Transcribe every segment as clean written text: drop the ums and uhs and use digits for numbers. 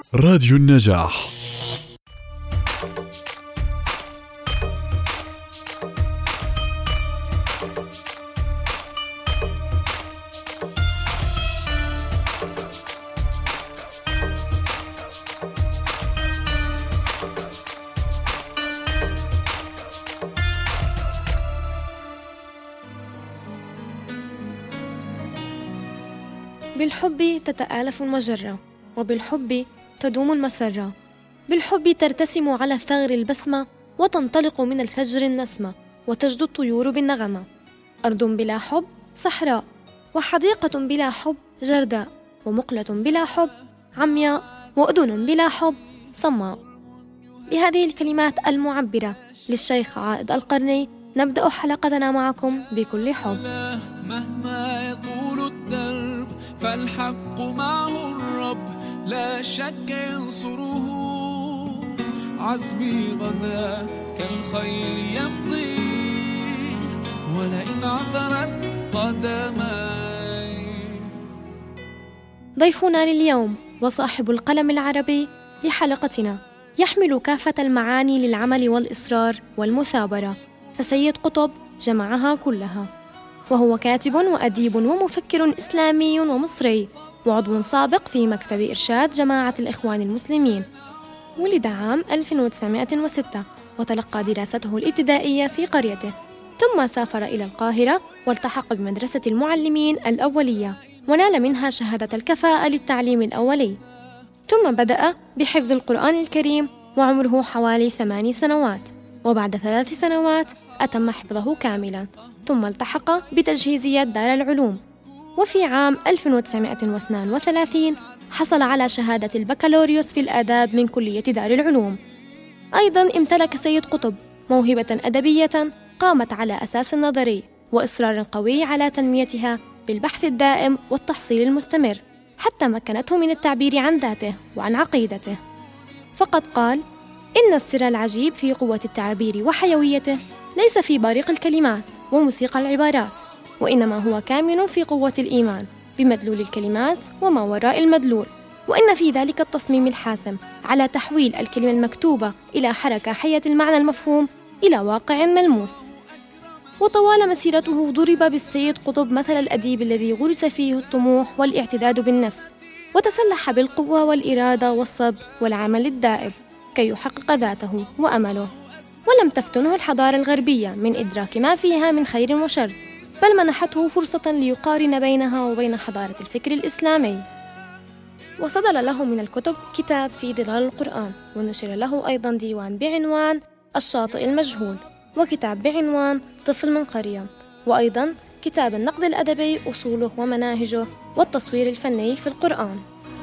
راديو النجاح. بالحب تتآلف المجرة، وبالحب تدوم المسرة. بالحب ترتسم على الثغر البسمة، وتنطلق من الفجر النسمة، وتجدو الطيور بالنغمة. أرض بلا حب صحراء، وحديقة بلا حب جرداء، ومقلة بلا حب عمياء، وأذن بلا حب صماء. بهذه الكلمات المعبرة للشيخ عائض القرني نبدأ حلقتنا معكم بكل حب. مهما يطول الدرب فالحق معه الرب، لا شك ينصره. عزمي غدا كالخيل يمضي، ولئن عثرت قدماي. ضيفنا لليوم وصاحب القلم العربي لحلقتنا يحمل كافة المعاني للعمل والإصرار والمثابرة، فسيد قطب جمعها كلها. وهو كاتب وأديب ومفكر إسلامي ومصري، وعضو سابق في مكتب إرشاد جماعة الإخوان المسلمين. ولد عام 1906، وتلقى دراسته الابتدائية في قريته، ثم سافر إلى القاهرة والتحق بمدرسة المعلمين الأولية، ونال منها شهادة الكفاءة للتعليم الأولي. ثم بدأ بحفظ القرآن الكريم وعمره حوالي 8 سنوات، وبعد 3 سنوات أتم حفظه كاملا، ثم التحق بتجهيزية دار العلوم. وفي عام 1932 حصل على شهادة البكالوريوس في الآداب من كلية دار العلوم. أيضا امتلك سيد قطب موهبة أدبية قامت على أساس نظري وإصرار قوي على تنميتها بالبحث الدائم والتحصيل المستمر، حتى مكنته من التعبير عن ذاته وعن عقيدته. فقد قال: إن السر العجيب في قوة التعبير وحيويته ليس في بارق الكلمات وموسيقى العبارات، وإنما هو كامن في قوة الإيمان بمدلول الكلمات وما وراء المدلول، وإن في ذلك التصميم الحاسم على تحويل الكلمة المكتوبة إلى حركة حية المعنى المفهوم إلى واقع ملموس. وطوال مسيرته ضرب بالسيد قطب مثل الأديب الذي غرس فيه الطموح والاعتداد بالنفس، وتسلح بالقوة والإرادة والصبر والعمل الدائب كي يحقق ذاته وأمله. ولم تفتنه الحضارة الغربية من إدراك ما فيها من خير وشر، بل منحته فرصة ليقارن بينها وبين حضارة الفكر الإسلامي. وصدر له من الكتب كتاب في ظلال القرآن، ونشر له أيضا ديوان بعنوان الشاطئ المجهول، وكتاب بعنوان طفل من قرية، وأيضا كتاب النقد الأدبي أصوله ومناهجه والتصوير الفني في القرآن.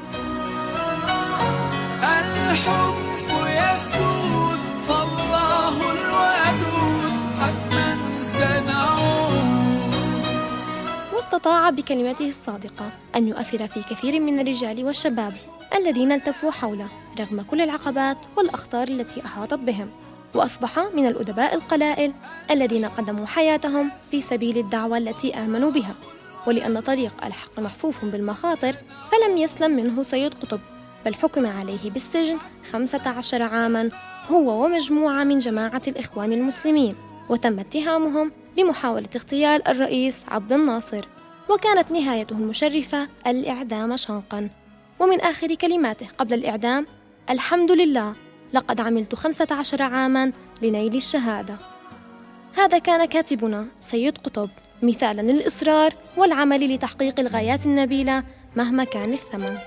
الحب يسود فالله الودود حتما سنعود. واستطاع بكلمته الصادقة أن يؤثر في كثير من الرجال والشباب الذين التفوا حوله رغم كل العقبات والأخطار التي أحاطت بهم، وأصبح من الأدباء القلائل الذين قدموا حياتهم في سبيل الدعوة التي آمنوا بها. ولأن طريق الحق محفوف بالمخاطر فلم يسلم منه سيد قطب، بل حكم عليه بالسجن 15 عاما هو ومجموعة من جماعة الإخوان المسلمين، وتم اتهامهم بمحاولة اغتيال الرئيس عبد الناصر، وكانت نهايته المشرفة الإعدام شنقا. ومن آخر كلماته قبل الإعدام: الحمد لله لقد عملت 15 عاما لنيل الشهادة. هذا كان كاتبنا سيد قطب، مثالا للإصرار والعمل لتحقيق الغايات النبيلة مهما كان الثمن.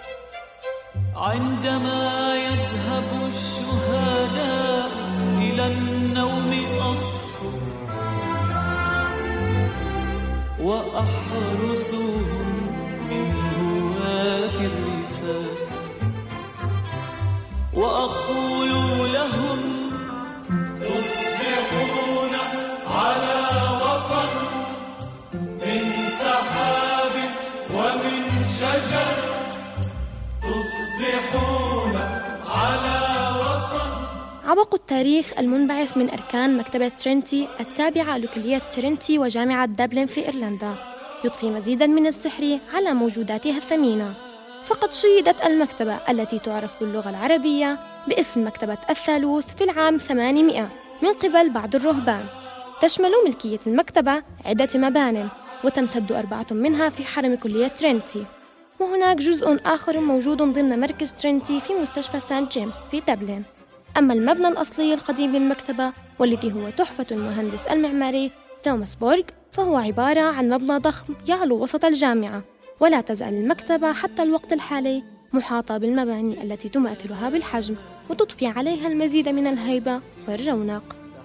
عندما يذهب الشهداء إلى النوم أصفو وأحرسهم من هواة الرثاء، وأقول لهم: تصبحون على وطن من سحاب ومن شجر، تصبحون على وطن. عبق التاريخ المنبعث من أركان مكتبة ترينتي التابعة لكلية ترينتي وجامعة دبلن في إيرلندا يضفي مزيدا من السحر على موجوداتها الثمينة، فقد شيدت المكتبة التي تعرف باللغة العربية باسم مكتبة الثالوث في العام 800 من قبل بعض الرهبان. تشمل ملكية المكتبة عدة مبان، وتمتد 4 منها في حرم كلية ترينتي، وهناك جزء آخر موجود ضمن مركز ترينتي في مستشفى سانت جيمس في دبلن. أما المبنى الأصلي القديم للمكتبة والذي هو تحفة المهندس المعماري توماس بورغ، فهو عبارة عن مبنى ضخم يعلو وسط الجامعة، ولا تزال المكتبة حتى الوقت الحالي محاطة بالمباني التي تماثلها بالحجم وتضفي عليها المزيد من الهيبة والرونق.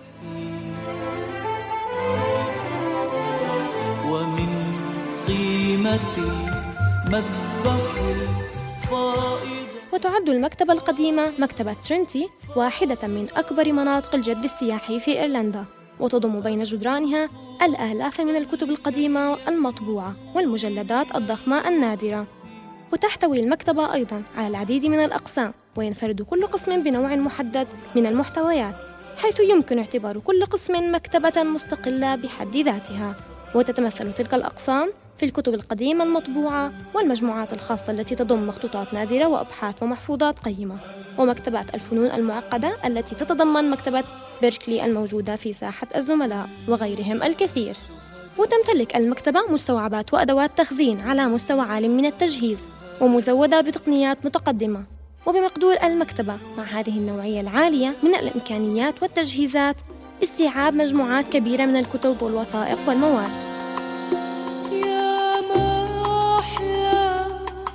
ومن قيمة مذبح الفائض. وتعد المكتبة القديمة مكتبة ترينتي واحدة من أكبر مناطق الجذب السياحي في إيرلندا، وتضم بين جدرانها الآلاف من الكتب القديمة المطبوعة والمجلدات الضخمة النادرة. وتحتوي المكتبة أيضاً على العديد من الأقسام، وينفرد كل قسم بنوع محدد من المحتويات، حيث يمكن اعتبار كل قسم مكتبة مستقلة بحد ذاتها. وتتمثل تلك الأقسام في الكتب القديمة المطبوعة والمجموعات الخاصة التي تضم مخطوطات نادرة وأبحاث ومحفوظات قيمة، ومكتبات الفنون المعقدة التي تتضمن مكتبة بيركلي الموجودة في ساحة الزملاء وغيرهم الكثير. وتمتلك المكتبة مستوعبات وأدوات تخزين على مستوى عال من التجهيز، ومزودة بتقنيات متقدمة. وبمقدور المكتبة مع هذه النوعية العالية من الإمكانيات والتجهيزات استيعاب مجموعات كبيرة من الكتب والوثائق والمواد. يا ما أحلى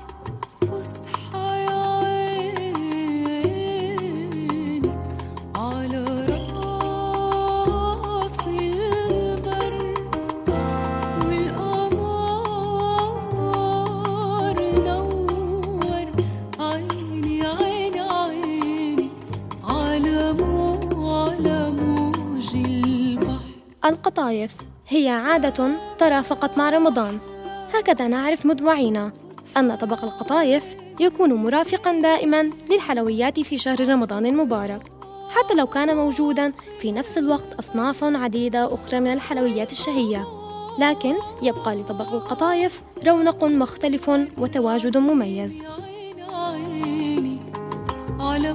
فسحة يا عيني على راس البر والقمر نور عيني عيني عيني على موج البحر. القطايف هي عادة ترى فقط مع رمضان. هكذا نعرف منذ وعينا أن طبق القطايف يكون مرافقاً دائماً للحلويات في شهر رمضان المبارك، حتى لو كان موجوداً في نفس الوقت أصناف عديدة أخرى من الحلويات الشهية، لكن يبقى لطبق القطايف رونق مختلف وتواجد مميز. على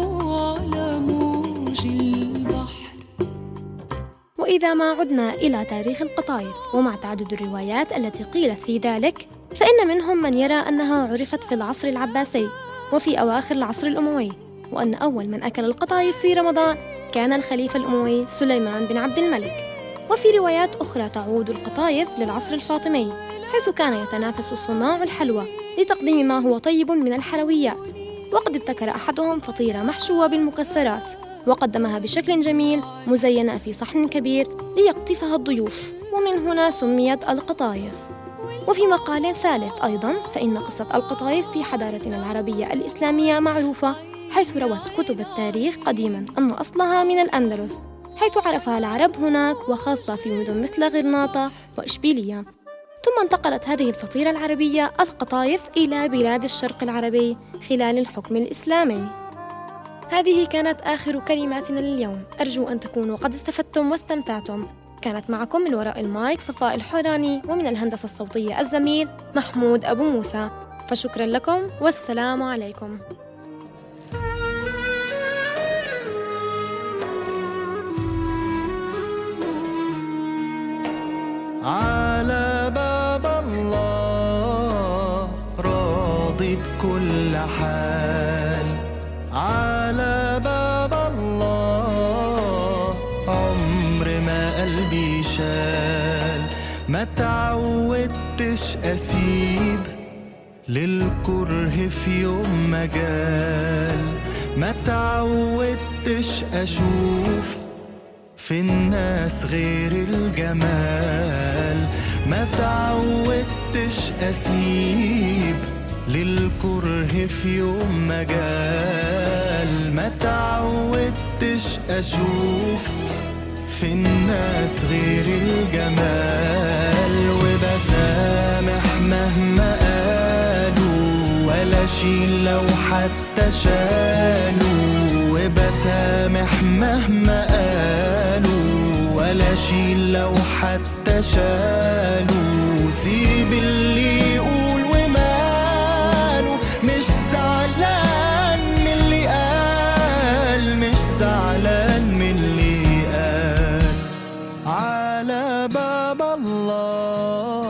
موج البحر. وإذا ما عدنا إلى تاريخ القطايف ومع تعدد الروايات التي قيلت في ذلك، فإن منهم من يرى أنها عرفت في العصر العباسي وفي أواخر العصر الأموي، وأن أول من أكل القطايف في رمضان كان الخليفة الأموي سليمان بن عبد الملك. وفي روايات أخرى تعود القطايف للعصر الفاطمي، حيث كان يتنافس صناع الحلوى لتقديم ما هو طيب من الحلويات، وقد ابتكر أحدهم فطيرة محشوة بالمكسرات وقدمها بشكل جميل مزينة في صحن كبير ليقطفها الضيوف، ومن هنا سميت القطايف. وفي مقال ثالث أيضاً فإن قصة القطايف في حضارتنا العربية الإسلامية معروفة، حيث روت كتب التاريخ قديماً أن أصلها من الأندلس، حيث عرفها العرب هناك وخاصة في مدن مثل غرناطة وإشبيلية. ثم انتقلت هذه الفطيرة العربية القطايف إلى بلاد الشرق العربي خلال الحكم الإسلامي. هذه كانت آخر كلماتنا لليوم، أرجو أن تكونوا قد استفدتم واستمتعتم. كانت معكم من وراء المايك صفاء الحوراني، ومن الهندسة الصوتية الزميل محمود أبو موسى. فشكرا لكم والسلام عليكم. على باب الله راضي بكل حال، على باب الله عمر ما قلبي شال. ما تعودتش أسيب للكره في يوم مجال، ما تعودتش أشوف في الناس غير الجمال، ما تعودتش أسيب للكره في يوم مجال، ما تعودتش أشوف في الناس غير الجمال. وبسامح مهما قالوا ولا شيل لو حتى شالوا، وبسامح مهما قالوا ولا شيل لو حتى شالوا. سيب اللي يقول وماله، مش زعلان من اللي قال، مش زعلان من اللي قال. على باب الله